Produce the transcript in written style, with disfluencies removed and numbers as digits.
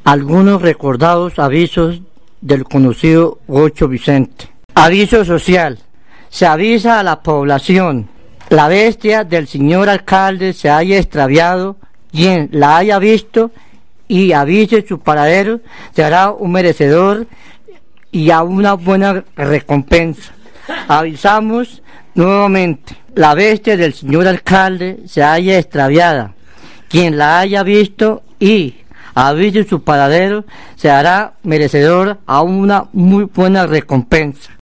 algunos recordados avisos del conocido Gocho Vicente. Aviso social. Se avisa a la población: la bestia del señor alcalde se haya extraviado. Quien la haya visto y avise su paradero será un merecedor y a una buena recompensa. Avisamos nuevamente: la bestia del señor alcalde se haya extraviada. Quien la haya visto y avise su paradero se hará merecedor a una muy buena recompensa.